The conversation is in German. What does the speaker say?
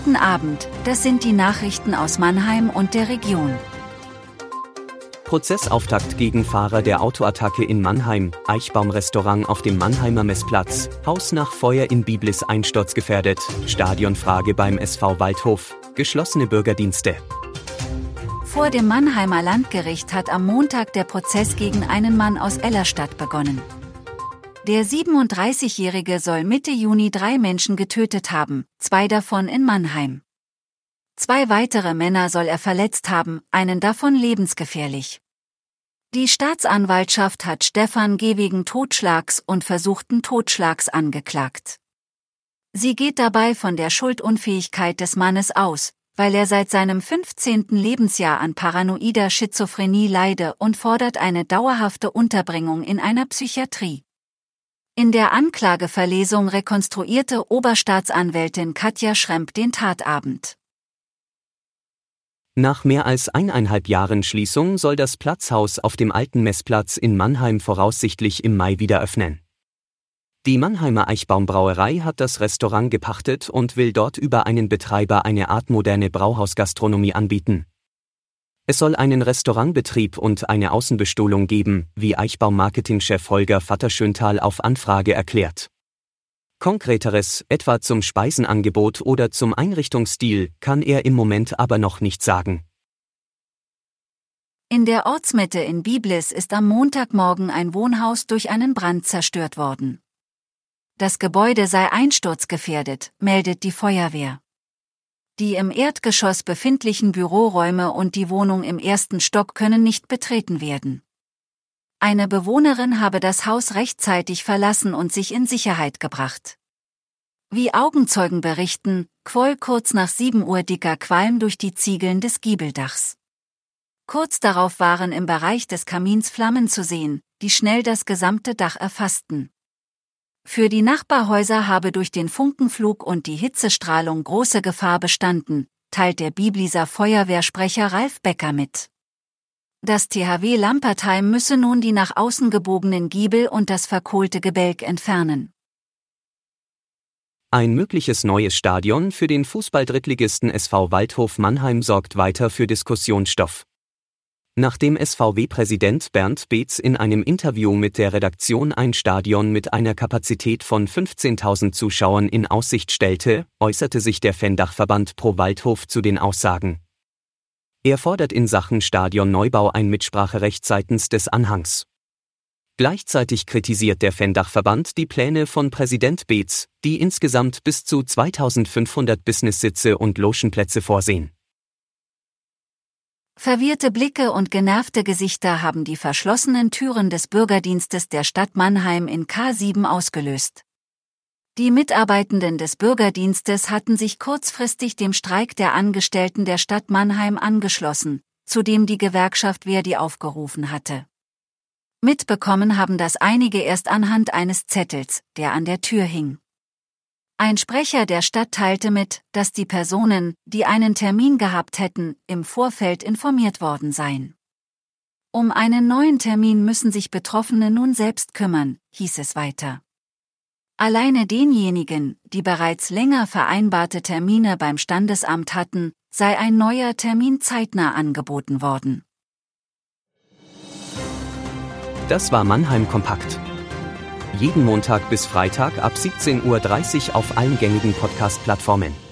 Guten Abend, das sind die Nachrichten aus Mannheim und der Region. Prozessauftakt gegen Fahrer der Autoattacke in Mannheim, Eichbaum-Restaurant auf dem Mannheimer Messplatz, Haus nach Feuer in Biblis einsturzgefährdet, Stadionfrage beim SV Waldhof, geschlossene Bürgerdienste. Vor dem Mannheimer Landgericht hat am Montag der Prozess gegen einen Mann aus Ellerstadt begonnen. Der 37-Jährige soll Mitte Juni 3 Menschen getötet haben, 2 davon in Mannheim. 2 weitere Männer soll er verletzt haben, einen davon lebensgefährlich. Die Staatsanwaltschaft hat Stefan G. wegen Totschlags und versuchten Totschlags angeklagt. Sie geht dabei von der Schuldunfähigkeit des Mannes aus, weil er seit seinem 15. Lebensjahr an paranoider Schizophrenie leide und fordert eine dauerhafte Unterbringung in einer Psychiatrie. In der Anklageverlesung rekonstruierte Oberstaatsanwältin Katja Schremp den Tatabend. Nach mehr als 1,5 Jahren Schließung soll das Platzhaus auf dem alten Messplatz in Mannheim voraussichtlich im Mai wieder öffnen. Die Mannheimer Eichbaum-Brauerei hat das Restaurant gepachtet und will dort über einen Betreiber eine Art moderne Brauhausgastronomie anbieten. Es soll einen Restaurantbetrieb und eine Außenbestuhlung geben, wie Eichbaum-Marketingchef Holger Vaterschöntal auf Anfrage erklärt. Konkreteres, etwa zum Speisenangebot oder zum Einrichtungsstil, kann er im Moment aber noch nicht sagen. In der Ortsmitte in Biblis ist am Montagmorgen ein Wohnhaus durch einen Brand zerstört worden. Das Gebäude sei einsturzgefährdet, meldet die Feuerwehr. Die im Erdgeschoss befindlichen Büroräume und die Wohnung im 1. Stock können nicht betreten werden. Eine Bewohnerin habe das Haus rechtzeitig verlassen und sich in Sicherheit gebracht. Wie Augenzeugen berichten, quoll kurz nach 7 Uhr dicker Qualm durch die Ziegeln des Giebeldachs. Kurz darauf waren im Bereich des Kamins Flammen zu sehen, die schnell das gesamte Dach erfassten. Für die Nachbarhäuser habe durch den Funkenflug und die Hitzestrahlung große Gefahr bestanden, teilt der Bibliser Feuerwehrsprecher Ralf Becker mit. Das THW Lampertheim müsse nun die nach außen gebogenen Giebel und das verkohlte Gebälk entfernen. Ein mögliches neues Stadion für den Fußball-Drittligisten SV Waldhof Mannheim sorgt weiter für Diskussionsstoff. Nachdem SVW-Präsident Bernd Beetz in einem Interview mit der Redaktion ein Stadion mit einer Kapazität von 15.000 Zuschauern in Aussicht stellte, äußerte sich der Fan-Dachverband Pro Waldhof zu den Aussagen. Er fordert in Sachen Stadionneubau ein Mitspracherecht seitens des Anhangs. Gleichzeitig kritisiert der Fan-Dachverband die Pläne von Präsident Beetz, die insgesamt bis zu 2.500 Businesssitze und Logenplätze vorsehen. Verwirrte Blicke und genervte Gesichter haben die verschlossenen Türen des Bürgerdienstes der Stadt Mannheim in K7 ausgelöst. Die Mitarbeitenden des Bürgerdienstes hatten sich kurzfristig dem Streik der Angestellten der Stadt Mannheim angeschlossen, zu dem die Gewerkschaft Verdi aufgerufen hatte. Mitbekommen haben das einige erst anhand eines Zettels, der an der Tür hing. Ein Sprecher der Stadt teilte mit, dass die Personen, die einen Termin gehabt hätten, im Vorfeld informiert worden seien. Um einen neuen Termin müssen sich Betroffene nun selbst kümmern, hieß es weiter. Alleine denjenigen, die bereits länger vereinbarte Termine beim Standesamt hatten, sei ein neuer Termin zeitnah angeboten worden. Das war Mannheim Kompakt. Jeden Montag bis Freitag ab 17:30 Uhr auf allen gängigen Podcast-Plattformen.